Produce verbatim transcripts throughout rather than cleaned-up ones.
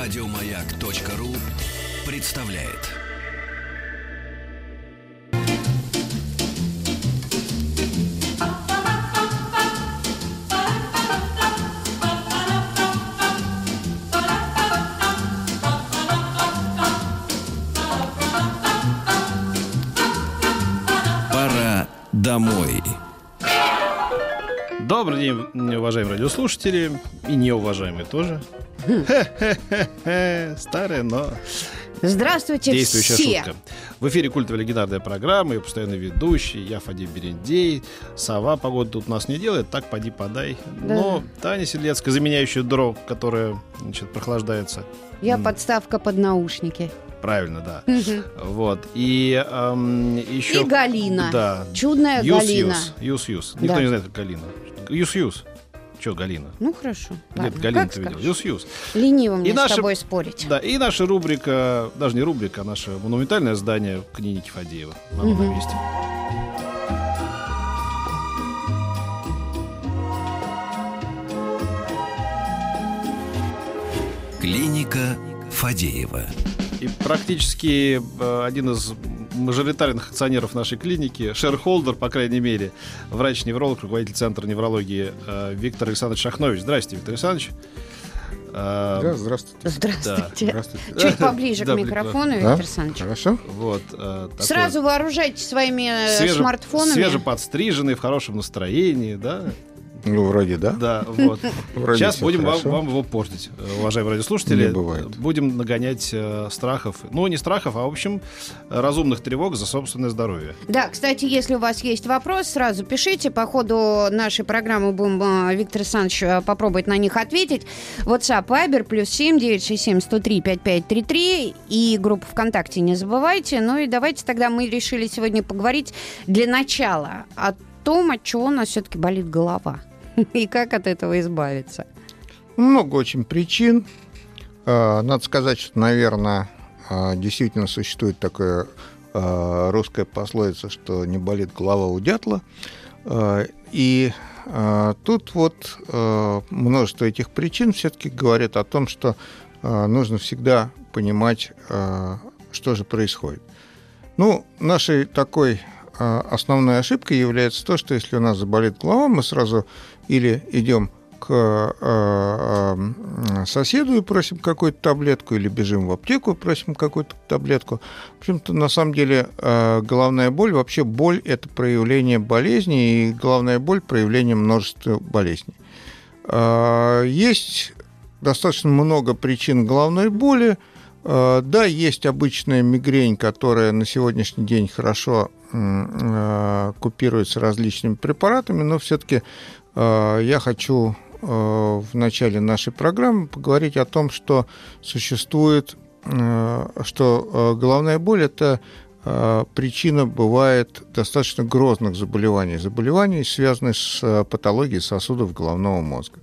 Радиомаяк.ру представляет. Пора домой. Добрый день, уважаемые радиослушатели и неуважаемые тоже. Хе-хе-хе-хе. Старая, но Здравствуйте действующая все. шутка. В эфире культовая легендарная программа, ее постоянный ведущий, я Фадим Берендей. Сова погоду тут у нас не делает, так поди подай. Да. Но Таня Седлецкая, заменяющая дров, которая, значит, прохлаждается. Я М, подставка под наушники. Правильно, да. Мгм. Вот. И эм, еще... И Галина. Да. Чудная Галина. Юс-Юс. Юс-Юс. Никто Да. не знает, как Галина. Юс-Юс. Че, Галина? Ну хорошо. Где Ладно, ты Галину как ты видел? скажешь. Юс-Юс. Лениво мне И с наша- тобой спорить. Да, и наша рубрика, даже не рубрика, а наше монументальное здание в клинике Фадеева. На новом Мгм. месте. Клиника Фадеева. И практически э, один из мажоритарных акционеров нашей клиники, шерхолдер, по крайней мере, врач-невролог, руководитель Центра неврологии э, Виктор Александрович Шахнович. Здравствуйте, Виктор Александрович. Э, Да, здравствуйте. Здравствуйте. Здравствуйте. Чуть поближе Да, к микрофону, Да? Виктор Александрович. Хорошо. Вот, э, такой Сразу вооружайтесь своими э, свеже- смартфонами. свежеподстриженный, в хорошем настроении, да? Ну, вроде, да? Да, вот. Вроде Сейчас всё будем вам, хорошо. вам его портить, э, уважаемые радиослушатели. Не бывает. Будем нагонять э, страхов. Ну, не страхов, а, в общем, э, разумных тревог за собственное здоровье. Да, кстати, если у вас есть вопрос, сразу пишите. По ходу нашей программы будем, э, Виктор Александрович, э, попробовать на них ответить. WhatsApp, Viber, плюс семь девятьсот шестьдесят семь сто три пятьдесят пять тридцать три. И группу ВКонтакте не забывайте. Ну и давайте тогда мы решили сегодня поговорить для начала о том, от чего у нас все-таки болит голова. И как от этого избавиться. Много очень причин. А, Надо сказать, что, наверное, а, действительно существует такая а, русская пословица, что не болит голова у дятла. А, И а, тут вот а, множество этих причин все-таки говорят о том, что а, нужно всегда понимать, а, что же происходит. Ну, нашей такой а, основной ошибкой является то, что если у нас заболит голова, мы сразу или идем к а, а, соседу и просим какую-то таблетку, или бежим в аптеку и просим какую-то таблетку. В общем-то, на самом деле, а, головная боль, вообще боль – это проявление болезни, и головная боль – проявление множества болезней. А, Есть достаточно много причин головной боли. А, Да, есть обычная мигрень, которая на сегодняшний день хорошо м, а, купируется различными препаратами, но все-таки а, я хочу а, в начале нашей программы поговорить о том, что существует, а, что а, головная боль – это а, причина бывает достаточно грозных заболеваний, заболеваний, связанных с а, патологией сосудов головного мозга.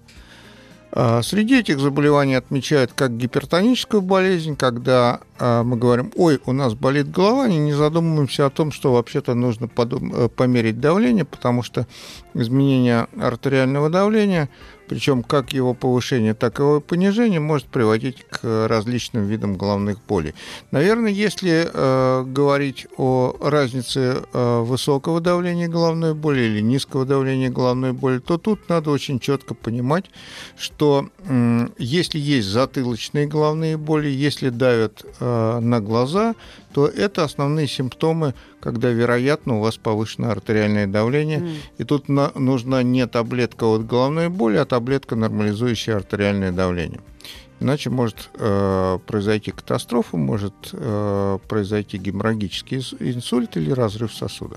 А, Среди этих заболеваний отмечают как гипертоническую болезнь, когда а, мы говорим: ой, у нас болит голова, и не задумываемся о том, что вообще-то нужно подум- э, померить давление, потому что изменение артериального давления, причем как его повышение, так и его понижение, может приводить к различным видам головных болей. Наверное, если э, говорить о разнице э, высокого давления головной боли или низкого давления головной боли, то тут надо очень четко понимать, что э, если есть затылочные головные боли, если давят э, на глаза, то это основные симптомы, когда, вероятно, у вас повышенное артериальное давление. Mm. И тут на, нужна не таблетка от головной боли, а таблетка, нормализующая артериальное давление. Иначе может э, произойти катастрофа, может э, произойти геморрагический инсульт или разрыв сосуда.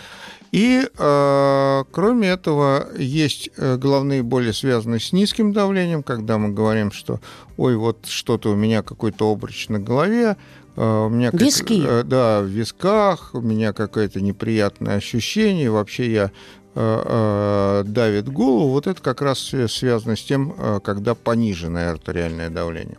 И, э, кроме этого, есть головные боли, связанные с низким давлением, когда мы говорим, что ой, вот что-то у меня какой-то обруч на голове, у меня Виски. Как, да, в висках, у меня какое-то неприятное ощущение, вообще я э, э, давит голову. Вот это как раз связано с тем, э, когда пониженное артериальное давление.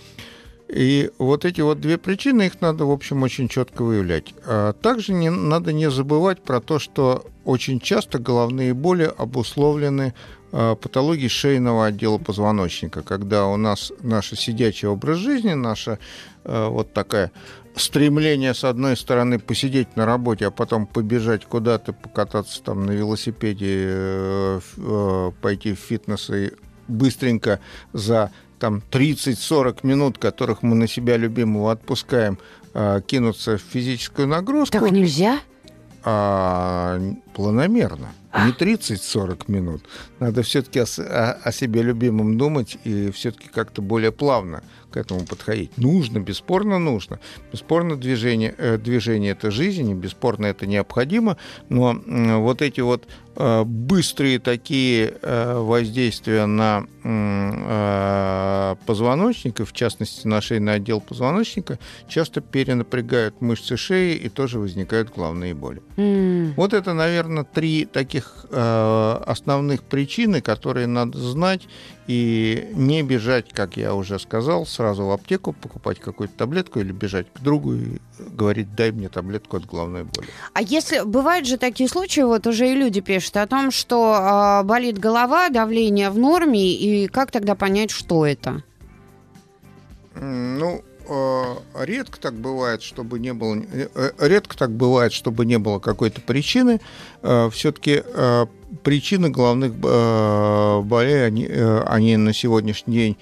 И вот эти вот две причины, их надо, в общем, очень четко выявлять. А также не, надо не забывать про то, что очень часто головные боли обусловлены патологии шейного отдела позвоночника, когда у нас наш сидячий образ жизни, наше вот такое стремление, с одной стороны, посидеть на работе, а потом побежать куда-то, покататься там на велосипеде, пойти в фитнес и быстренько за там тридцать-сорок минут, которых мы на себя любимого отпускаем, кинуться в физическую нагрузку. Так нельзя? А, планомерно. Не тридцать-сорок минут. Надо все-таки о, о, о себе любимом думать и все-таки как-то более плавно к этому подходить. Нужно, бесспорно нужно. Бесспорно движение, э, движение – это жизнь, и бесспорно это необходимо. Но э, вот эти вот э, быстрые такие э, воздействия на э, позвоночник, и в частности на шейный отдел позвоночника, часто перенапрягают мышцы шеи, и тоже возникают головные боли. Mm. Вот это, наверное, три таких э, основных причины, которые надо знать, и не бежать, как я уже сказал, сразу в аптеку, покупать какую-то таблетку или бежать к другу и говорить: дай мне таблетку от головной боли. А если бывают же такие случаи, вот уже и люди пишут о том, что э, болит голова, давление в норме, и как тогда понять, что это? Ну, редко так бывает, чтобы не было, редко так бывает, чтобы не было какой-то причины. Все-таки причины головных болей, они, они на сегодняшний день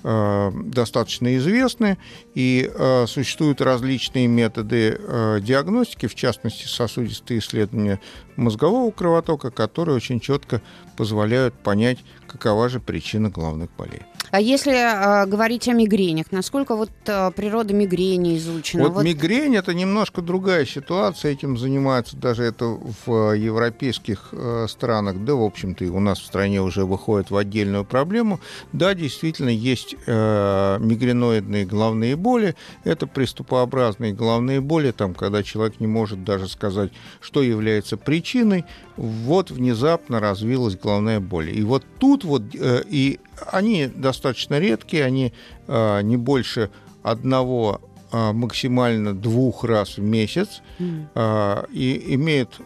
достаточно известны, и существуют различные методы диагностики, в частности, сосудистые исследования мозгового кровотока, которые очень четко позволяют понять, какова же причина головных болей. А если э, говорить о мигренях, насколько вот э, природа мигрени изучена? Вот, вот мигрень – это немножко другая ситуация. Этим занимаются даже это в европейских э, странах, да, в общем-то, и у нас в стране уже выходит в отдельную проблему. Да, действительно, есть э, мигреноидные головные боли. Это приступообразные головные боли, там, когда человек не может даже сказать, что является причиной. Вот внезапно развилась головная боль. И вот тут вот, э, и они достаточно редкие, они э, не больше одного, э, максимально двух раз в месяц, mm. э, и имеют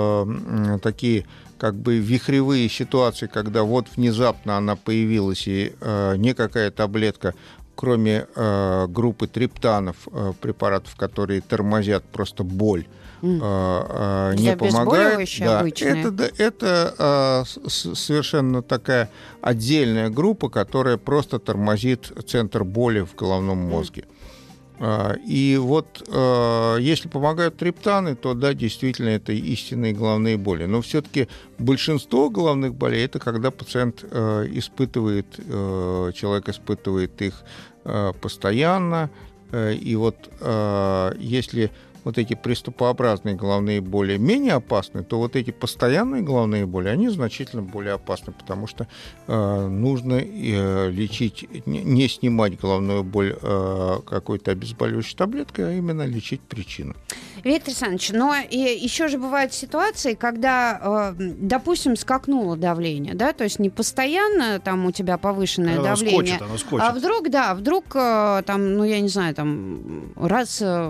э, такие как бы вихревые ситуации, когда вот внезапно она появилась, и э, никакая таблетка, кроме э, группы триптанов, э, препаратов, которые тормозят просто боль, Mm. не помогает. Да, это, да, это а, с, совершенно такая отдельная группа, которая просто тормозит центр боли в головном мозге. Mm. А, и вот а, если помогают триптаны, то да, действительно, это истинные головные боли. Но все-таки большинство головных болей — это когда пациент а, испытывает, а, человек испытывает их а, постоянно. А, и вот а, если вот эти приступообразные головные боли менее опасны, то вот эти постоянные головные боли, они значительно более опасны, потому что э, нужно э, лечить, не, не снимать головную боль э, какой-то обезболивающей таблеткой, а именно лечить причину. Виктор Александрович, но и еще же бывают ситуации, когда, э, допустим, скакнуло давление, да, то есть не постоянно там у тебя повышенное оно давление, скочит, оно скочит. А вдруг, да, вдруг э, там, ну я не знаю, там раз э,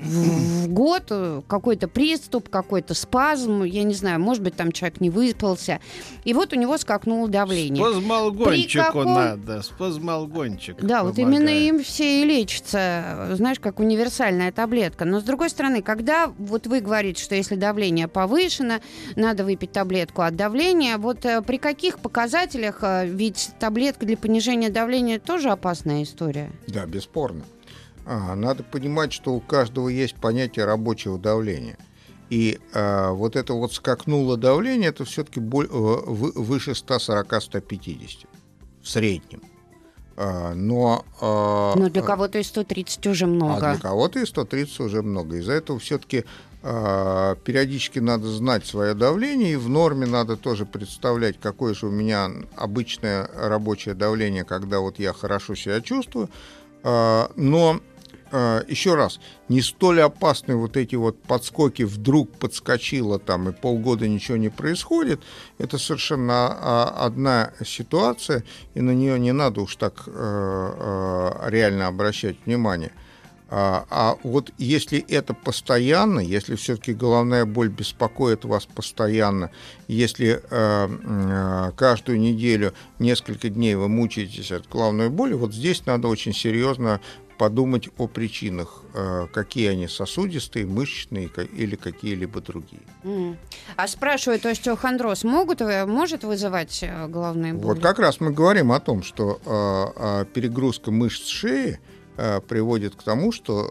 в год какой-то приступ, какой-то спазм, я не знаю, может быть, там человек не выспался, и вот у него скакнуло давление. Спазмалгончику каком... надо, спазмалгончик. Да, помогает. Вот именно им все и лечатся, знаешь, как универсальная таблетка. Но, с другой стороны, когда вот вы говорите, что если давление повышено, надо выпить таблетку от давления, вот при каких показателях, ведь таблетка для понижения давления тоже опасная история? Да, бесспорно. А, надо понимать, что у каждого есть понятие рабочего давления. И а, вот это вот скакнуло давление, это все-таки боль, в, выше сто сорок - сто пятьдесят в среднем. А, но, а, но для кого-то и сто тридцать уже много. А для кого-то и сто тридцать уже много. Из-за этого все-таки а, периодически надо знать свое давление, и в норме надо тоже представлять, какое же у меня обычное рабочее давление, когда вот я хорошо себя чувствую. А, но еще раз, не столь опасны вот эти вот подскоки, вдруг подскочило там и полгода ничего не происходит. Это совершенно одна ситуация, и на нее не надо уж так реально обращать внимание. А, а вот если это постоянно, если все-таки головная боль беспокоит вас постоянно, если э, э, каждую неделю, несколько дней вы мучаетесь от головной боли, вот здесь надо очень серьезно подумать о причинах, э, какие они сосудистые, мышечные или какие-либо другие. Mm. А спрашивают, то есть остеохондроз могут, может вызывать головные боли? Вот как раз мы говорим о том, что э, э, перегрузка мышц шеи приводит к тому, что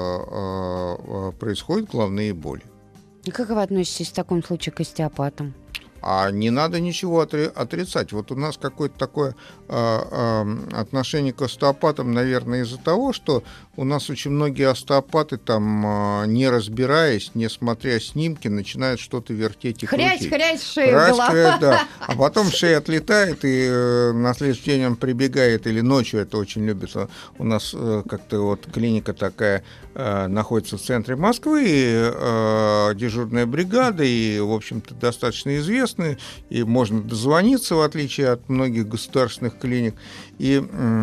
э, э, происходят головные боли. И как вы относитесь в таком случае к остеопатам? А не надо ничего отри- отрицать. Вот у нас какое-то такое э, э, отношение к остеопатам, наверное, из-за того, что у нас очень многие остеопаты, там, э, не разбираясь, не смотря снимки, начинают что-то вертеть и хрясь, крутить. Хрясь, шею, хрясь, голова. хрясь, да. А потом шея отлетает, и э, на следующий день он прибегает, или ночью это очень любится. У нас э, как-то вот клиника такая э, находится в центре Москвы, и, э, дежурная бригада, и, в общем-то, достаточно известная, и можно дозвониться, в отличие от многих государственных клиник. И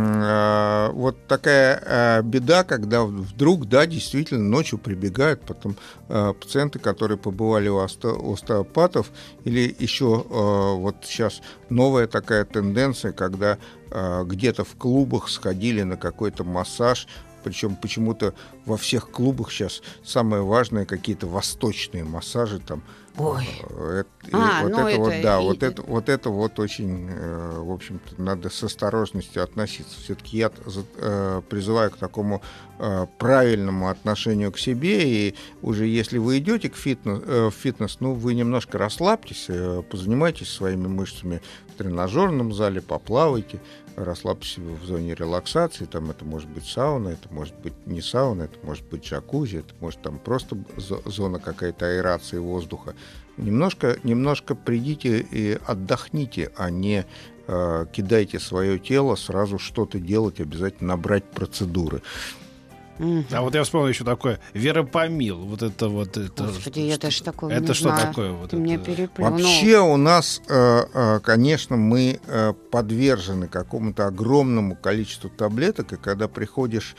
э, вот такая э, беда, когда вдруг, да, действительно, ночью прибегают потом э, пациенты, которые побывали у остеопатов, или еще э, вот сейчас новая такая тенденция, когда э, где-то в клубах сходили на какой-то массаж. Причем почему-то во всех клубах сейчас самое важное какие-то восточные массажи там. Ой. Это, а, вот ну это, это вот, да, и... вот это, вот это вот очень, в общем-то, надо с осторожностью относиться. Все-таки я призываю к такому правильному отношению к себе, и уже если вы идете к фитнес, в фитнес, ну, вы немножко расслабьтесь, позанимайтесь своими мышцами в тренажерном зале, поплавайте, расслабьте себя в зоне релаксации, там это может быть сауна, это может быть не сауна, это может быть джакузи, это может там просто зона какая-то аэрации воздуха. Немножко, немножко придите и отдохните, а не э, кидайте свое тело сразу что-то делать, обязательно набрать процедуры. А вот я вспомнил еще такое Веропамил. Вот это вот это. Господи, я что, даже такого это не что знаю. такое? Вот Ты меня это? переплюнул. Вообще у нас, конечно, мы подвержены какому-то огромному количеству таблеток, и когда приходишь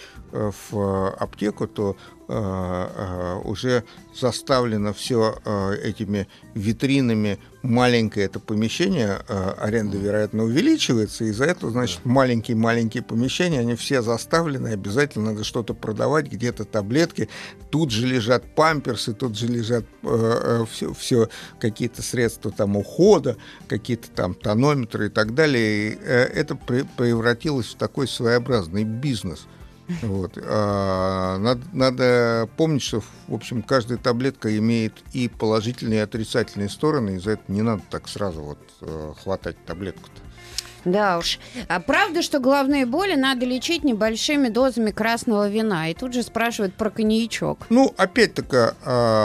в аптеку, то уже заставлено все этими витринами. Маленькое это помещение, аренда, вероятно, увеличивается, и из-за этого, значит, маленькие-маленькие помещения, они все заставлены, обязательно надо что-то продавать, где-то таблетки, тут же лежат памперсы, тут же лежат э, все, все какие-то средства там ухода, какие-то там тонометры и так далее. И, э, это при, превратилось в такой своеобразный бизнес. Вот. А, надо, надо помнить, что, в общем, каждая таблетка имеет и положительные, и отрицательные стороны, и за это не надо так сразу вот э, хватать таблетку-то. Да уж. А правда, что головные боли надо лечить небольшими дозами красного вина? И тут же спрашивают про коньячок. Ну, опять-таки,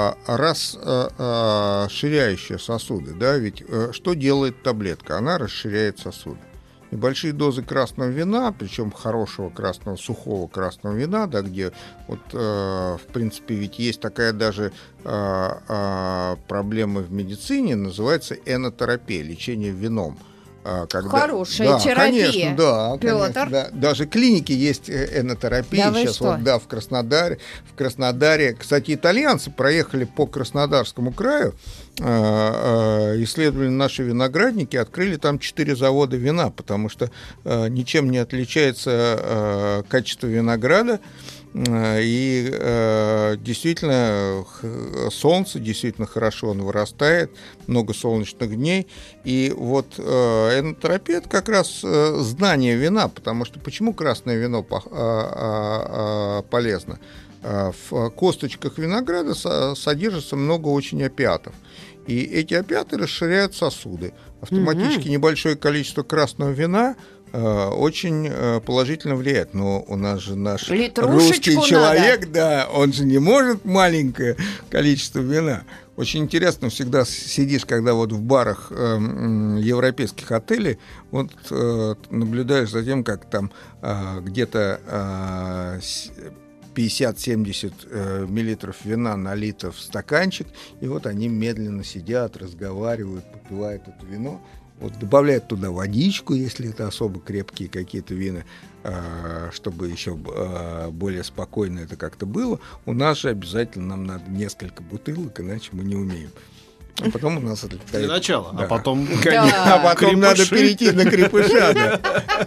расширяющие сосуды, да, ведь что делает таблетка? Она расширяет сосуды. Небольшие дозы красного вина, причем хорошего красного, сухого красного вина, да, где вот, э, в принципе, ведь есть такая даже э, э, проблема в медицине, называется энотерапия, лечение вином. Когда... Хорошая да, терапия, конечно, да, Пётр. конечно, да. Даже клиники есть энотерапия. Да, сейчас вот, да, в Краснодаре, в Краснодаре. Кстати, итальянцы проехали по Краснодарскому краю, исследовали наши виноградники, открыли там четыре завода вина, потому что ничем не отличается качество винограда. И э, действительно солнце, действительно хорошо он вырастает, много солнечных дней. И вот э, энотерапия — это как раз э, знание вина, потому что почему красное вино по, э, э, полезно? Э, в косточках винограда со, содержится много очень опиатов. И эти опиаты расширяют сосуды. Автоматически mm-hmm. небольшое количество красного вина очень положительно влияет. Но у нас же наш русский человек, надо. Да, он же не может маленькое количество вина. Очень интересно всегда сидишь, когда вот в барах э, европейских отелей, вот э, наблюдаешь за тем, как там э, где-то э, пятьдесят-семьдесят э, миллилитров вина налито в стаканчик, и вот они медленно сидят, разговаривают, попивают это вино. Вот добавляют туда водичку, если это особо крепкие какие-то вина, чтобы еще более спокойно это как-то было. У нас же обязательно нам надо несколько бутылок, иначе мы не умеем. А потом у нас отлетает. Для начала, да. а потом... Да. А потом надо перейти на крепыша. Да.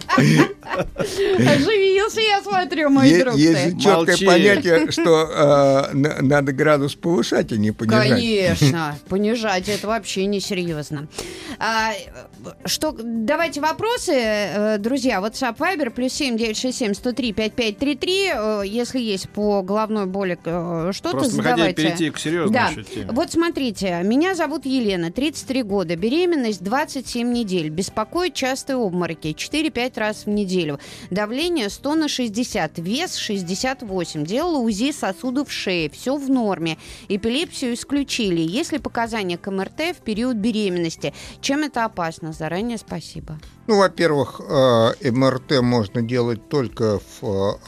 Оживился, я смотрю, мой Е- друг. Есть же четкое Молчи. понятие, что э, на- надо градус повышать, а не понижать. Конечно, понижать это вообще несерьезно. А, что, давайте вопросы, э, друзья. WhatsApp, Viber, плюс семь девять шесть семь сто три пятьдесят пять тридцать три. Э, Если есть по головной боли э, что-то, Просто мы хотели задавайте. перейти к серьезной Да. еще теме. Вот смотрите, меня зовут Елена, тридцать три года, беременность двадцать семь недель, беспокоит частые обмороки, четыре-пять раз в неделю, давление сто на шестьдесят, вес шестьдесят восемь, делала УЗИ сосудов шеи, все в норме, эпилепсию исключили, есть ли показания к эм эр тэ в период беременности, чем это опасно? Заранее спасибо. Ну, во-первых, э, эм эр тэ можно делать только в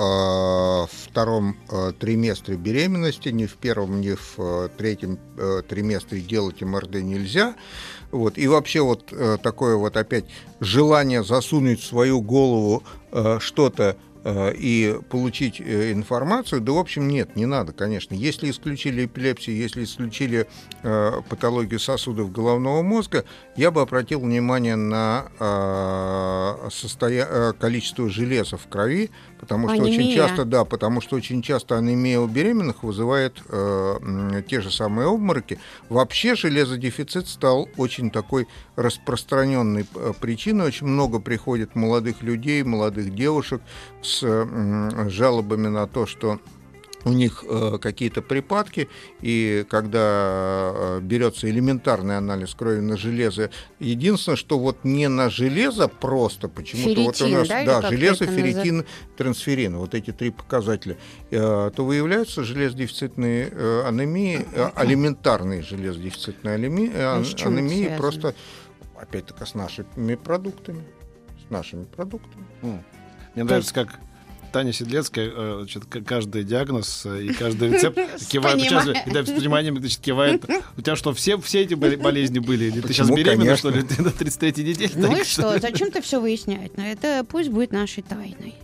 э, втором э, триместре беременности, ни в первом, ни в э, третьем э, триместре делать эм эр тэ нельзя. Вот. И вообще вот э, такое вот опять желание засунуть в свою голову э, что-то э, и получить э, информацию, да, в общем, нет, не надо, конечно. Если исключили эпилепсию, если исключили э, патологию сосудов головного мозга, я бы обратил внимание на э, состоя... э, количество железа в крови, потому что Анемия. очень часто, да, потому что очень часто анемия у беременных вызывает э, те же самые обмороки. Вообще железодефицит стал очень такой распространенной э, причиной. Очень много приходит молодых людей, молодых девушек с э, жалобами на то, что у них э, какие-то припадки, и когда э, берется элементарный анализ крови на железо, единственное, что вот не на железо просто, почему-то вот у Ферритин, нас, да, или да, как железо, это ферритин, трансферин, вот эти три показателя, э, то выявляются железодефицитные э, анемии, э, элементарные железодефицитные анемии, э, А с чем это анемии связано? просто, опять-таки, с нашими продуктами, с нашими продуктами. М. Мне нравится, как Таня Седлецкая, э, значит, к- каждый диагноз э, и каждый рецепт кивает, сейчас, пониманием. да, с пониманием, значит, кивает. У тебя что, все, все эти боли- болезни были? Или ты сейчас Почему? беременна, Конечно. что ли? Ты на тридцать третьей неделе? Ну Так и что, зачем-то все выяснять? Но это пусть будет нашей тайной.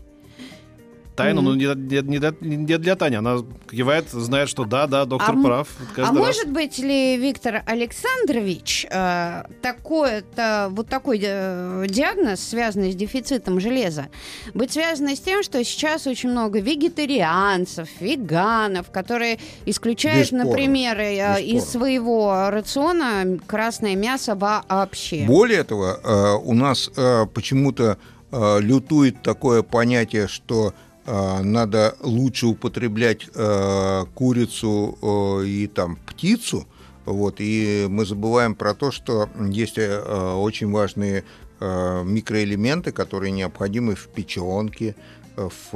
Тайна, Мгм. ну, не, не- не для- не для Тани. Она кивает, знает, что да, да, доктор А м- прав. А Каждый раз. может быть ли Виктор Александрович э, такое-то, вот такой э, диагноз, связанный с дефицитом железа, быть связанный с тем, что сейчас очень много вегетарианцев, веганов, которые исключают, Бесспорно. например, э, из Бесспорно. своего рациона красное мясо вообще? Более того, э, у нас э, почему-то э, лютует такое понятие, что э, надо лучше употреблять э, курицу э, и там птицу, вот, и мы забываем про то, что есть э, очень важные э, микроэлементы, которые необходимы в печенке, в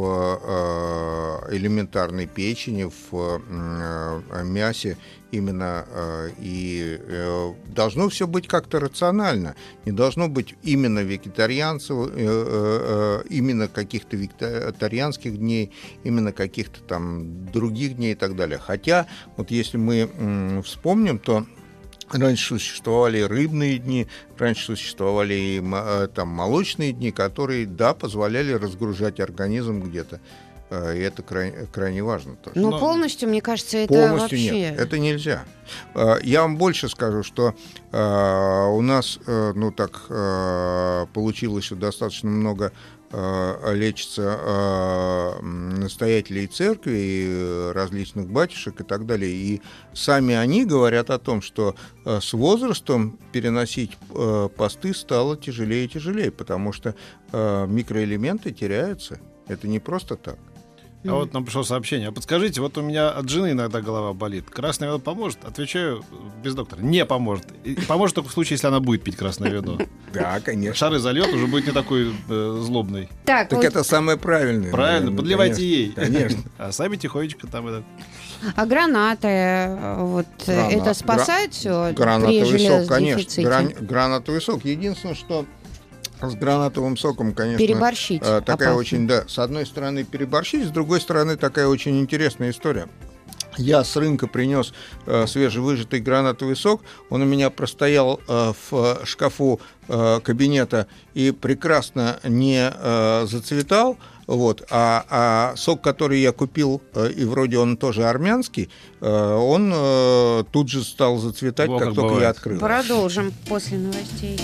э, элементарной печени, в э, мясе именно, э, и э, должно все быть как-то рационально. Не должно быть именно вегетарианцев, э, э, именно каких-то вегетарианских дней, именно каких-то там других дней и так далее. Хотя, вот если мы м, вспомним, то раньше существовали рыбные дни, раньше существовали и м- там, молочные дни, которые, да, позволяли разгружать организм где-то. Э, И это крайне, крайне важно тоже. Ну, Но- полностью, мне кажется, это Полностью вообще... нет, это нельзя. Э, Я вам больше скажу, что э, у нас, э, ну так, э, получилось, что достаточно много э, лечится э, настоятелей церкви, и э, различных батюшек и так далее. И сами они говорят о том, что э, с возрастом переносить э, посты стало тяжелее и тяжелее, потому что э, микроэлементы теряются. Это не просто так. А вот нам пришло сообщение. А подскажите, вот у меня от жены иногда голова болит. Красное вино поможет? Отвечаю без доктора. Не поможет. И поможет только в случае, если она будет пить красное вино. Да, конечно. Шары зальет, уже будет не такой э, злобный. Так, Так вот, это самое правильное. Правильно, наверное, подливайте конечно. ей. Конечно. А сами тихонечко там это. а гранаты, э, вот э, Гранат- это спасает все при Гранатовый сок, конечно. железодефиците? Гран- гранатовый сок. Единственное, что с гранатовым соком, конечно, Переборщить э, такая опасно. очень, да, с одной стороны переборщить, с другой стороны такая очень интересная история. Я с рынка принес э, свежевыжатый гранатовый сок, он у меня простоял э, в шкафу э, кабинета и прекрасно не э, зацветал, вот, а, а сок, который я купил, э, и вроде он тоже армянский, э, он э, тут же стал зацветать, Во, как, как только бывает. Я открыл. Продолжим после новостей.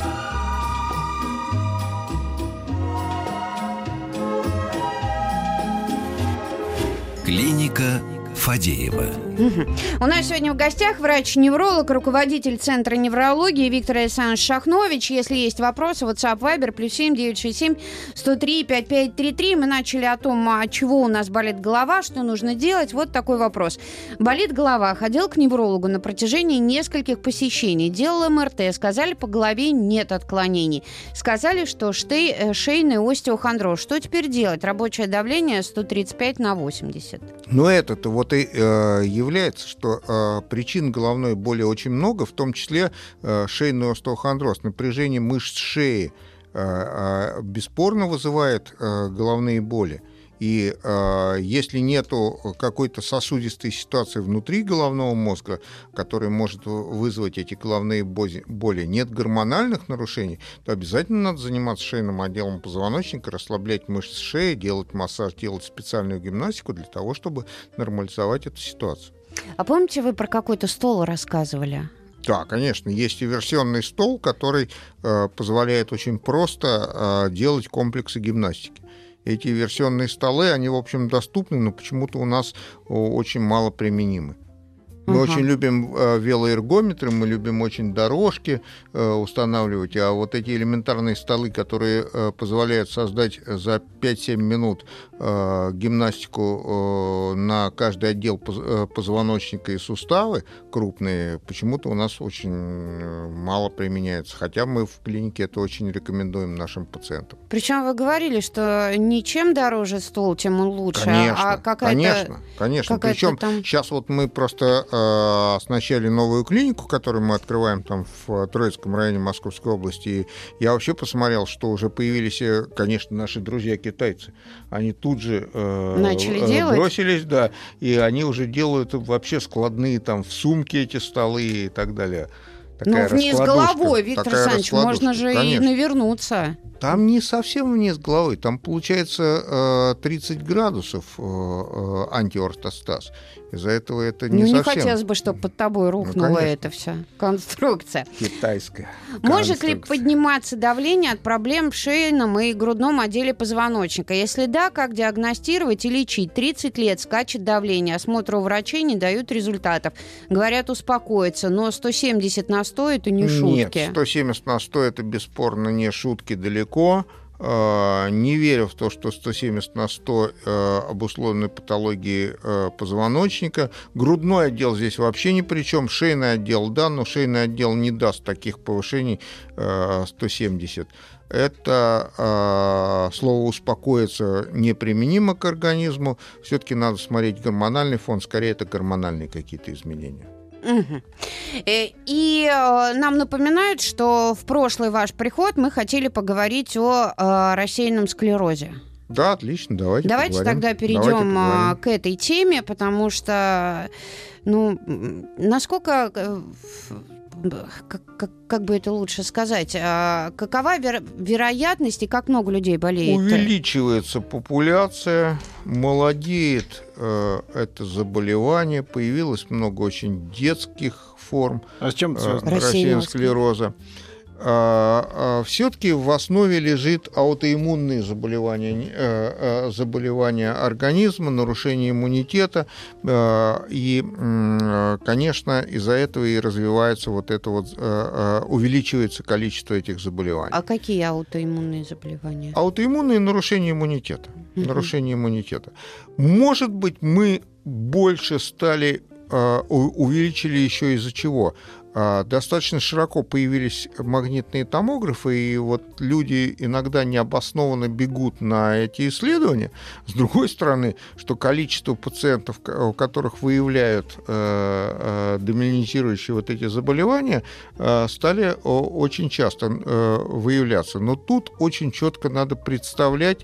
Клиника Фадеева. Угу. У нас сегодня в гостях врач-невролог, руководитель Центра неврологии Виктор Александрович Шахнович. Если есть вопросы, WhatsApp, Viber, плюс семь девятьсот шестьдесят семь сто три пятьдесят пять тридцать три. Мы начали о том, от чего у нас болит голова, что нужно делать. Вот такой вопрос. Болит голова. Ходил к неврологу на протяжении нескольких посещений. Делал эм эр тэ. Сказали, по голове нет отклонений. Сказали, что штей, шейный остеохондроз. Что теперь делать? Рабочее давление сто тридцать пять на восемьдесят. Ну, это-то вот и э, является, что э, причин головной боли очень много, в том числе э, шейный остеохондроз. Напряжение мышц шеи э, э, бесспорно вызывает э, головные боли. И э, если нету какой-то сосудистой ситуации внутри головного мозга, которая может вызвать эти головные боли, нет гормональных нарушений, то обязательно надо заниматься шейным отделом позвоночника, расслаблять мышцы шеи, делать массаж, делать специальную гимнастику для того, чтобы нормализовать эту ситуацию. А помните, вы про какой-то стол рассказывали? Да, конечно, есть инверсионный стол, который э, позволяет очень просто э, делать комплексы гимнастики. Эти версионные столы, они, в общем, доступны, но почему-то у нас очень мало применимы. Мы uh-huh. очень любим э, велоэргометры, мы любим очень дорожки э, устанавливать, а вот эти элементарные столы, которые э, позволяют создать за пять-семь минут э, гимнастику э, на каждый отдел поз- э, позвоночника и суставы крупные, почему-то у нас очень мало применяется, хотя мы в клинике это очень рекомендуем нашим пациентам. Причем вы говорили, что не чем дороже стол, тем он лучше, конечно, а какая-то... Конечно, конечно. Какая-то Причем там... сейчас вот мы просто... оснащали новую клинику, которую мы открываем там в Троицком районе Московской области. И я вообще посмотрел, что уже появились, конечно, наши друзья-китайцы. Они тут же э, Начали э, делать? бросились, да, и они уже делают вообще складные там в сумке эти столы и так далее. Такая ну, вниз головой, Виктор Александрович, можно же конечно. И навернуться. Там не совсем вниз головы, там получается тридцать градусов антиортостаз. Из-за этого это не ну, совсем... Ну, не хотелось бы, чтобы под тобой рухнула ну, эта вся конструкция. Китайская Может ли подниматься давление от проблем в шейном и грудном отделе позвоночника? Если да, как диагностировать и лечить? тридцать лет скачет давление, осмотры у врачей не дают результатов. Говорят, успокоиться, но сто семьдесят на сто это не шутки. Нет, сто семьдесят на сто это бесспорно не шутки далеко. Не верю в то, что сто семьдесят на сто обусловлены патологией позвоночника. Грудной отдел здесь вообще ни при чем. Шейный отдел, да, но шейный отдел не даст таких повышений сто семьдесят. Это слово «успокоиться» неприменимо к организму. Все-таки надо смотреть гормональный фон. Скорее, это гормональные какие-то изменения. Угу. И э, нам напоминают, что в прошлый ваш приход мы хотели поговорить о э, рассеянном склерозе. Да, отлично, давайте Давайте поговорим. тогда перейдем давайте к этой теме, потому что, ну, насколько... Как, как, как бы это лучше сказать, а, какова веро- вероятность и как много людей болеет? Увеличивается популяция, молодеет э, это заболевание, появилось много очень детских форм а с чем это э, рассеянного склероза. А, а, все-таки в основе лежит аутоиммунные заболевания, э, э, заболевания организма, нарушение иммунитета, э, и, э, конечно, из-за этого и развивается вот это вот, э, э, увеличивается количество этих заболеваний. А какие аутоиммунные заболевания? Аутоиммунные нарушения иммунитета. Uh-huh. Нарушение иммунитета. Может быть, мы больше стали, э, увеличили еще из-за чего? Достаточно широко появились магнитные томографы, и вот люди иногда необоснованно бегут на эти исследования. С другой стороны, что количество пациентов, у которых выявляют э, э, доминирующие вот эти заболевания, э, стали очень часто э, выявляться. Но тут очень четко надо представлять,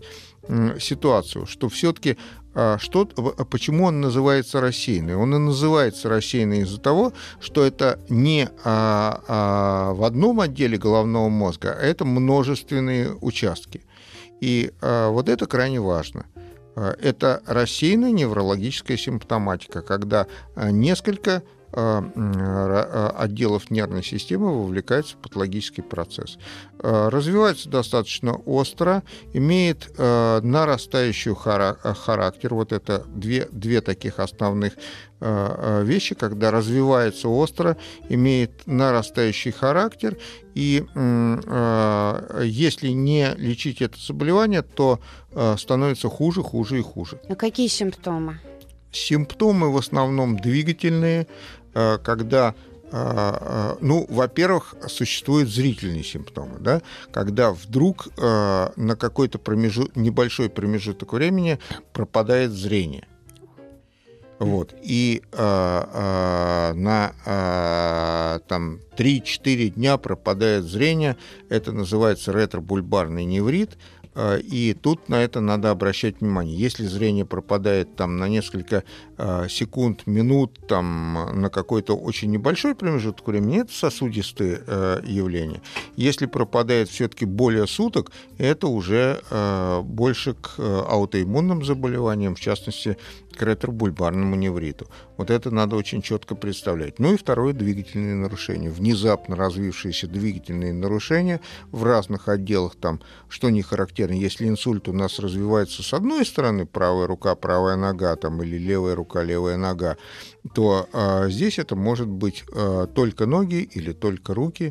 ситуацию, что все-таки что, почему он называется рассеянный? Он и называется рассеянный из-за того, что это не а, а, в одном отделе головного мозга, а это множественные участки. И а, вот это крайне важно. Это рассеянная неврологическая симптоматика, когда несколько отделов нервной системы вовлекается в патологический процесс. Развивается достаточно остро, имеет нарастающий характер. Вот это две, две таких основных вещи, когда развивается остро, имеет нарастающий характер, и если не лечить это заболевание, то становится хуже, хуже и хуже. А какие симптомы? Симптомы в основном двигательные, когда, ну, во-первых, существуют зрительные симптомы, да, когда вдруг на какой-то промежут, небольшой промежуток времени пропадает зрение. Вот. И а, а, на а, там, три-четыре дня пропадает зрение, это называется ретробульбарный неврит. И тут на это надо обращать внимание. Если зрение пропадает там, на несколько э, секунд, минут, там, на какой-то очень небольшой промежуток времени, это сосудистые э, явления. Если пропадает все-таки более суток, это уже э, больше к э, аутоиммунным заболеваниям, в частности, к ретробульбарному невриту. Вот это надо очень четко представлять. Ну и второе — двигательные нарушения. Внезапно развившиеся двигательные нарушения в разных отделах, там, что не характерно. Если инсульт у нас развивается с одной стороны, правая рука, правая нога, там, или левая рука, левая нога, то а, здесь это может быть а, только ноги или только руки.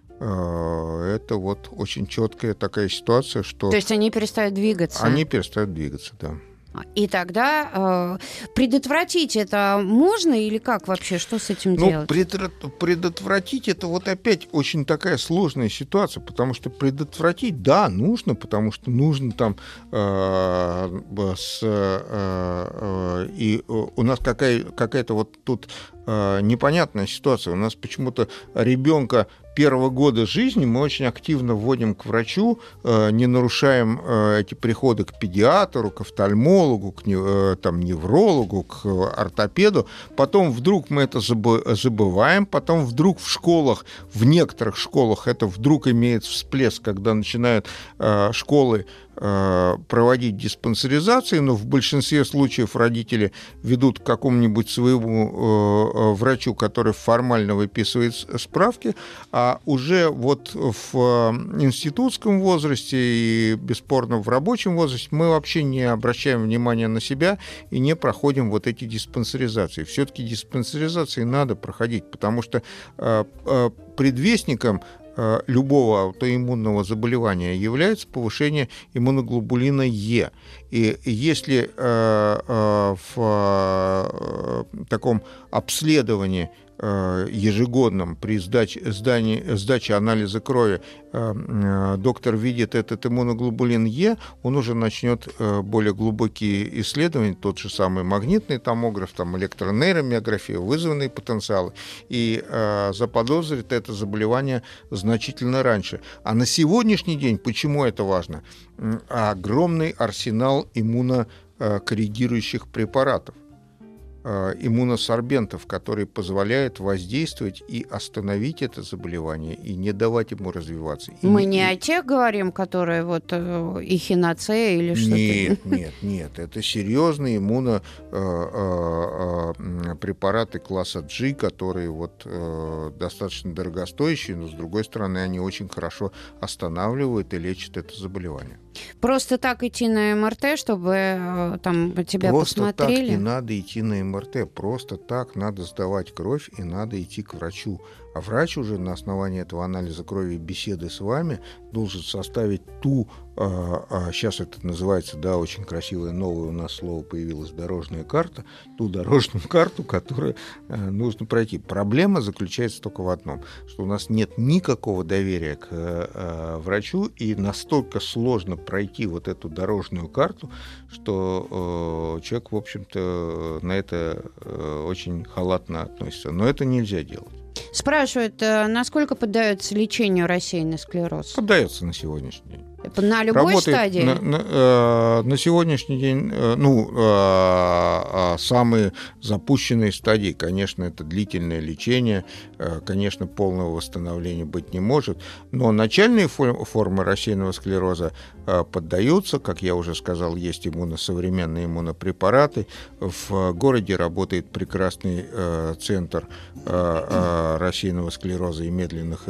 А, это вот очень четкая такая ситуация, что... То есть они перестают двигаться? Они перестают двигаться, да. И тогда э, предотвратить это можно или как вообще? Что с этим ну, делать? Предотвратить это вот опять очень такая сложная ситуация, потому что предотвратить, да, нужно, потому что нужно там э, с, э, э, и у нас какая, какая-то вот тут э, непонятная ситуация. У нас почему-то ребенка первого года жизни мы очень активно вводим к врачу, не нарушаем эти приходы к педиатру, к офтальмологу, к там, неврологу, к ортопеду. Потом вдруг мы это забываем, потом вдруг в школах, в некоторых школах это вдруг имеет всплеск, когда начинают школы проводить диспансеризации, но в большинстве случаев родители ведут к какому-нибудь своему врачу, который формально выписывает справки, а уже вот в институтском возрасте и, бесспорно, в рабочем возрасте мы вообще не обращаем внимания на себя и не проходим вот эти диспансеризации. Все-таки диспансеризации надо проходить, потому что предвестником любого аутоиммунного заболевания является повышение иммуноглобулина Е. И если э, э, в э, таком обследовании э, ежегодном при сдаче, сдании, сдаче анализа крови э, э, доктор видит этот иммуноглобулин Е, он уже начнет э, более глубокие исследования, тот же самый магнитный томограф, там, электронейромиография, вызванные потенциалы, и э, заподозрит это заболевание значительно раньше. А на сегодняшний день, почему это важно? Огромный арсенал иммунокоррегирующих препаратов, иммуносорбентов, которые позволяют воздействовать и остановить это заболевание, и не давать ему развиваться. И Мы не, не и... о тех говорим, которые вот эхиноцея или что-то? Нет, нет, нет. Это серьезные иммунопрепараты класса G, которые вот достаточно дорогостоящие, но, с другой стороны, они очень хорошо останавливают и лечат это заболевание. Просто так идти на эм эр тэ, чтобы там тебя Просто посмотрели? так не надо идти на эм эр тэ. Просто так надо сдавать кровь и надо идти к врачу. А врач уже на основании этого анализа крови и беседы с вами должен составить ту, а, а, сейчас это называется, да, очень красивое новое у нас слово появилось, дорожная карта, ту дорожную карту, которую а, нужно пройти. Проблема заключается только в одном, что у нас нет никакого доверия к а, врачу, и настолько сложно пройти вот эту дорожную карту, что а, человек, в общем-то, на это а, очень халатно относится. Но это нельзя делать. Спрашивают, насколько поддается лечению рассеянный склероз? Поддается на сегодняшний день. На любой Работает стадии? На, на, на сегодняшний день, ну, самые запущенные стадии, конечно, это длительное лечение, конечно, полного восстановления быть не может, но начальные формы рассеянного склероза поддаются, как я уже сказал, есть иммуно, современные иммунопрепараты. В городе работает прекрасный центр рассеянного склероза и медленных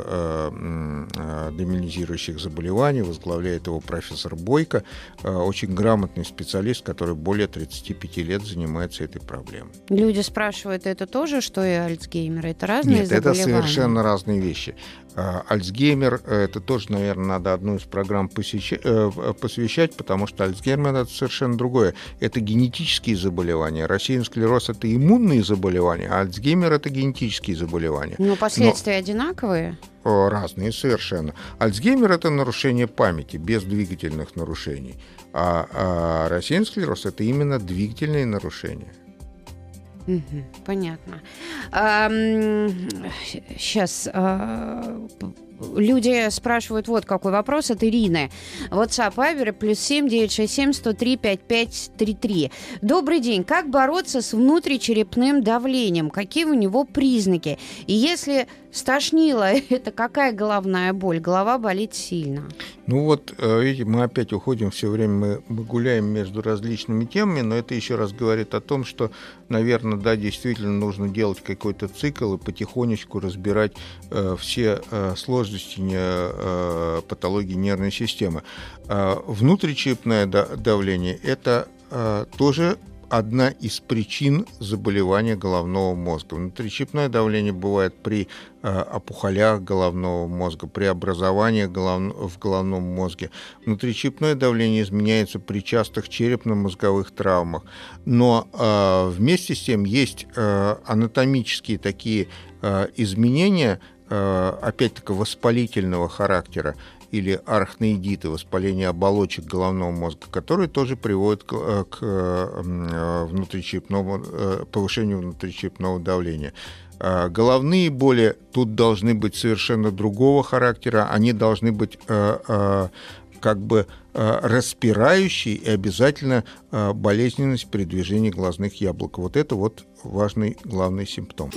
демиелинизирующих заболеваний. Возглавляет его профессор Бойко, очень грамотный специалист, который более тридцати пяти лет занимается этой проблемой. Люди спрашивают, это тоже, что и Альцгеймер? Это разные Нет, заболевания? это совершенно разные вещи. Альцгеймер, это тоже, наверное, надо одну из программ посвящать, потому что Альцгеймер — это совершенно другое. Это генетические заболевания. Рассеянный склероз — это иммунные заболевания, а Альцгеймер — это генетические заболевания. Но последствия Но... одинаковые? Разные совершенно. Альцгеймер — это нарушение памяти, без двигательных нарушений. А, а рассеянный склероз — это именно двигательные нарушения. Угу, понятно. А, сейчас... А... Люди спрашивают вот какой вопрос от Ирины. WhatsApp, Viber, плюс семь девятьсот шестьдесят семь сто три пятьдесят пять тридцать три. Добрый день. Как бороться с внутричерепным давлением? Какие у него признаки? И если стошнило, это какая головная боль? Голова болит сильно. Ну вот, видите, мы опять уходим все время, мы, мы гуляем между различными темами, но это еще раз говорит о том, что, наверное, да, действительно нужно делать какой-то цикл и потихонечку разбирать э, все э, сложности не, э, патологии нервной системы. Э, внутричерепное давление – это э, тоже одна из причин заболевания головного мозга. Внутричерепное давление бывает при э, опухолях головного мозга, при образовании голов... в головном мозге. Внутричерепное давление изменяется при частых черепно-мозговых травмах. Но э, вместе с тем есть э, анатомические такие э, изменения, э, опять-таки воспалительного характера, или арахноидиты, воспаление оболочек головного мозга, которые тоже приводят к, к внутричерепному, повышению внутричерепного давления. Головные боли тут должны быть совершенно другого характера, они должны быть как бы распирающие и обязательно болезненность при движении глазных яблок. Вот это вот важный главный симптом.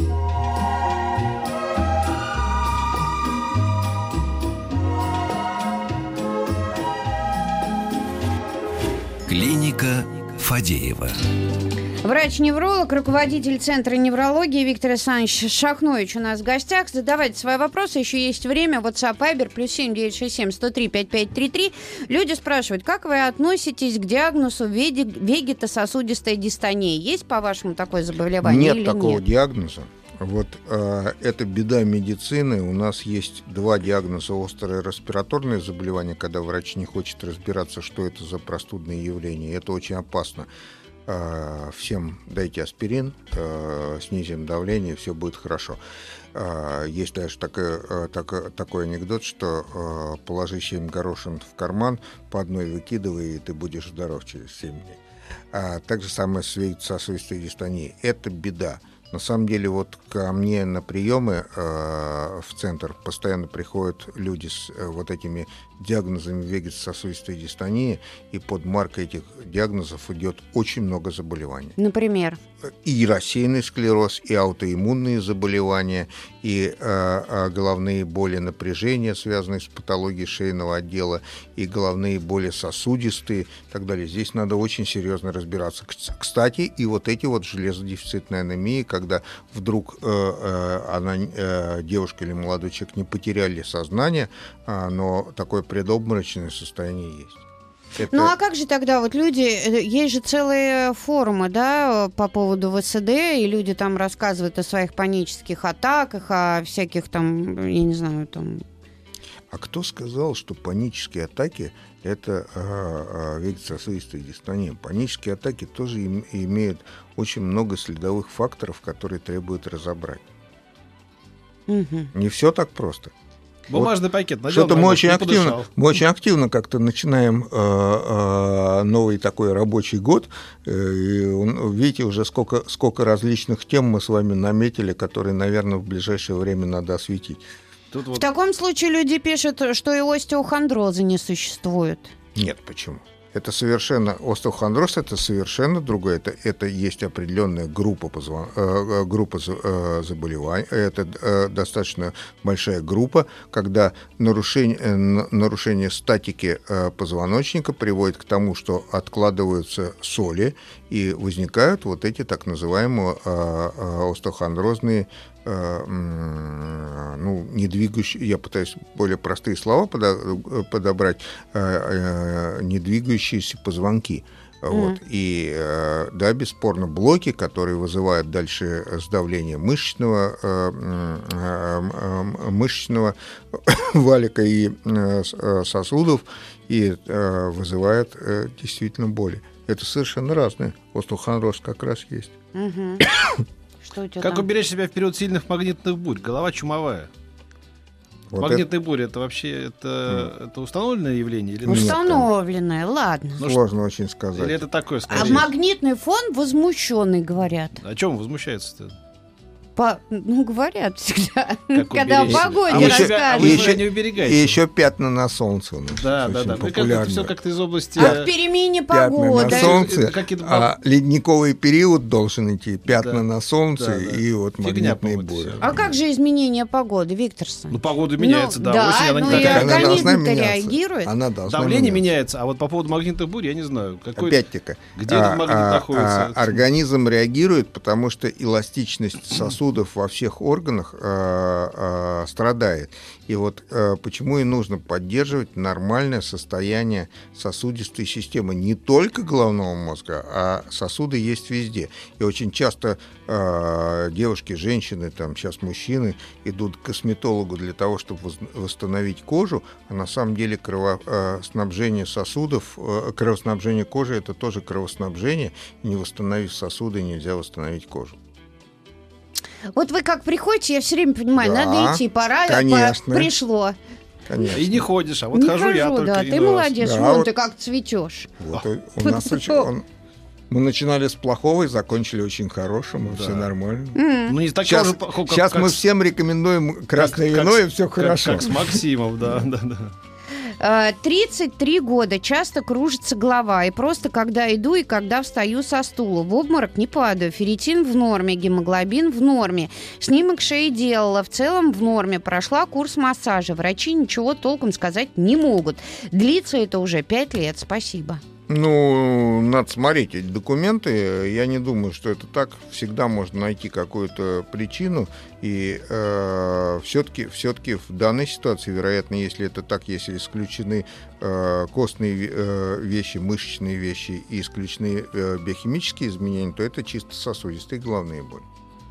Клиника Фадеева. Врач-невролог, руководитель Центра неврологии Виктор Александрович Шахнович у нас в гостях. Задавайте свои вопросы, еще есть время. WhatsApp, Viber, плюс семь девятьсот шестьдесят семь сто три пятьдесят пять тридцать три. Люди спрашивают, как вы относитесь к диагнозу вегетососудистая дистония? Есть, по-вашему, такое заболевание? Нет или такого нет? диагноза. Вот э, это беда медицины. У нас есть два диагноза: острое респираторное заболевание, когда врач не хочет разбираться, что это за простудные явления. Это очень опасно. Э, всем дайте аспирин, э, снизим давление, все будет хорошо. Э, есть даже такой, э, так, такой анекдот, что э, положи семь горошин в карман, по одной выкидывай, и ты будешь здоров через семь дней. А так же самое с вегетососудистой дистонией. Это беда. На самом деле, вот ко мне на приемы э, в центр постоянно приходят люди с э, вот этими диагнозами вегетососудистой дистонии, и под маркой этих диагнозов идет очень много заболеваний. Например? И рассеянный склероз, и аутоиммунные заболевания, и э, э, головные боли, напряжения, связанные с патологией шейного отдела, и головные боли сосудистые и так далее. Здесь надо очень серьезно разбираться. Кстати, и вот эти вот железодефицитные анемии, когда вдруг э, э, она, э, девушка или молодой человек не потеряли сознание, э, но такое предобморочное состояние есть. Это... Ну а как же тогда вот люди, есть же целые форумы, да, по поводу ВСД, и люди там рассказывают о своих панических атаках, о всяких там, я не знаю, там... А кто сказал, что панические атаки – это а, а, вегетососудистая дистония? Панические атаки тоже им, имеют очень много следовых факторов, которые требуют разобрать. Угу. Не все так просто. Бумажный вот пакет. Что-то мы очень, активно, мы очень активно как-то начинаем э, э, новый такой рабочий год. Э, и, видите, уже сколько, сколько различных тем мы с вами наметили, которые, наверное, в ближайшее время надо осветить. Тут В вот таком случае люди пишут, что и остеохондроза не существует. Нет, почему? Это совершенно, остеохондроз это совершенно другое. Это, это есть определенная группа, позвон, э, группа э, заболеваний. Это э, достаточно большая группа, когда нарушение, э, нарушение статики э, позвоночника приводит к тому, что откладываются соли и возникают вот эти так называемые э, э, остеохондрозные, э, э, ну, не двигающие, я пытаюсь более простые слова подобрать, э, э, не двигающиеся позвонки. Mm. Вот. И, э, да, бесспорно, блоки, которые вызывают дальше сдавление мышечного, э, э, мышечного валика и э, сосудов, и э, вызывают э, действительно боли. Это совершенно разное. Остеохондроз как раз есть. Угу. Что у тебя как там? уберечь себя в период сильных магнитных бурь? Голова чумовая. Вот Магнитные бури это вообще это, mm. это установленное явление? Или Нет, Установленное, ладно. Ну, сложно очень сказать. Или это такое А скорее? магнитный фон возмущенный, говорят. О чем возмущается-то? По, ну, говорят всегда, Как когда о уберечь? погоде А вы еще- себя, а рассказывают. вы и себя еще- не уберегаете. И еще пятна на солнце у нас. Да, очень да, да. Вы как популярно. это все как-то из области... А в перемене Пятна погоды. на солнце, Это какие-то баб- а ледниковый период должен идти. Пятна Да. на солнце Да, да. и вот Фигня, магнитные по-моему, бури. всё. А как же изменение погоды, Викторсон? Ну, погода меняется, Ну, да. да, Осень, она ну не и такая. она организм-то должна меняться. реагирует. Она должна Давление меняться. меняется, а вот по поводу магнитных бурь я не знаю. Какой... Опять-таки, Где этот магнит находится? организм реагирует, потому что эластичность сосудов во всех органах а, а, страдает. И вот а, почему и нужно поддерживать нормальное состояние сосудистой системы не только головного мозга, а сосуды есть везде. И очень часто а, девушки, женщины, там сейчас мужчины идут к косметологу для того, чтобы воз- восстановить кожу, а на самом деле кровоснабжение сосудов, э, кровоснабжение кожи — это тоже кровоснабжение. Не восстановив сосуды, нельзя восстановить кожу. Вот вы как приходите, я все время понимаю, Да, надо идти, пора, конечно. по- пришло. Конечно. И не ходишь, а вот Не хожу я хожу, только да, ты иной раз. молодец, Да, вон вот- ты как цветешь. Вот, у- у нас очень- он- мы начинали с плохого и закончили очень хорошим, и Да. все нормально. Ну, не так Сейчас, же плохо, как- сейчас как мы с- всем рекомендуем красное как- вино, как и с- все как- хорошо. Как с Максимом, да, да, да. Э, тридцать три года, часто кружится голова, и просто когда иду и когда встаю со стула. В обморок не падаю, ферритин в норме, гемоглобин в норме. Снимок шеи делала, в целом в норме. Прошла курс массажа, врачи ничего толком сказать не могут. Длится это уже пять лет, спасибо. Ну, надо смотреть эти документы. Я не думаю, что это так. Всегда можно найти какую-то причину. И э, все-таки, все-таки в данной ситуации, вероятно, если это так, если исключены э, костные э, вещи, мышечные вещи и исключены э, биохимические изменения, то это чисто сосудистые головные боли.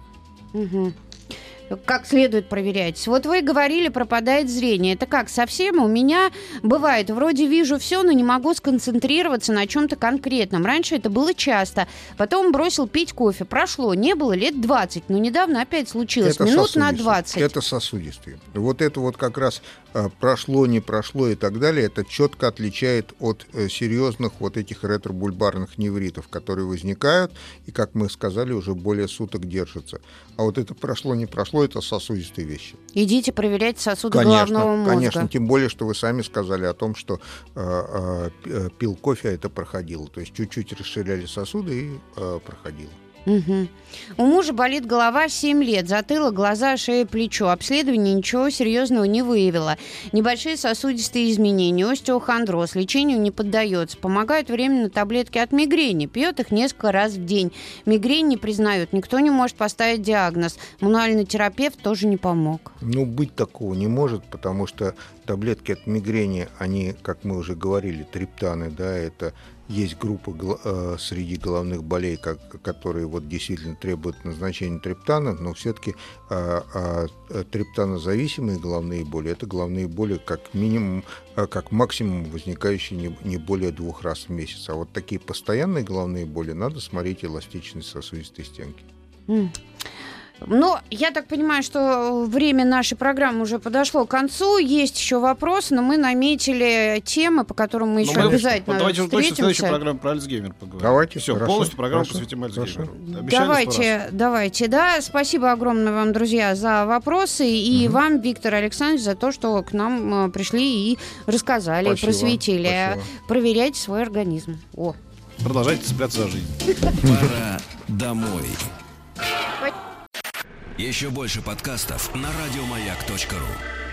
Угу. Как следует проверять. Вот вы говорили, пропадает зрение. Это как, совсем? У меня бывает, вроде вижу все, но не могу сконцентрироваться на чем-то конкретном. Раньше это было часто. Потом бросил пить кофе. Прошло, не было лет двадцать. Но недавно опять случилось. Это Минут на сосудистые. двадцать. Это сосудистые. Вот это вот как раз э, прошло, не прошло и так далее, это четко отличает от э, серьезных вот этих ретробульбарных невритов, которые возникают и, как мы сказали, уже более суток держатся. А вот это прошло, не прошло, это сосудистые вещи. Идите проверять сосуды Конечно, головного мозга. конечно, тем более, что вы сами сказали о том, что э, э, пил кофе, а это проходило. То есть чуть-чуть расширяли сосуды и э, проходило. Угу. У мужа болит голова семь лет, затылок, глаза, шея, плечо. Обследование ничего серьезного не выявило. Небольшие сосудистые изменения, остеохондроз, лечению не поддается. Помогают временно таблетки от мигрени, пьет их несколько раз в день. Мигрень не признают, никто не может поставить диагноз. Мануальный терапевт тоже не помог. Ну, быть такого не может, потому что таблетки от мигрени, они, как мы уже говорили, триптаны, да, это есть группа гл- э, среди головных болей, как, которые вот действительно требуют назначения триптана, но все-таки э, э, триптанозависимые головные боли, это головные боли как минимум, э, как максимум возникающие не, не более двух раз в месяц. А вот такие постоянные головные боли надо смотреть эластичность сосудистой стенки. М. Но я так понимаю, что время нашей программы уже подошло к концу. Есть еще вопросы, но мы наметили темы, по которым мы Но еще мы, обязательно вот давайте уже точно в следующей встретимся. программе про Альцгеймер поговорим. Давайте, Все, хорошо, полностью программу хорошо, посвятим хорошо. Альцгеймеру. Обещали Давайте, давайте, да. Спасибо огромное вам, друзья, за вопросы. И Мгм. вам, Виктор Александрович, за то, что к нам э, пришли и рассказали, Спасибо, просветили. спасибо. Проверяйте свой организм. О. Продолжайте цепляться за жизнь. Пора домой. Еще больше подкастов на радиомаяк точка ру.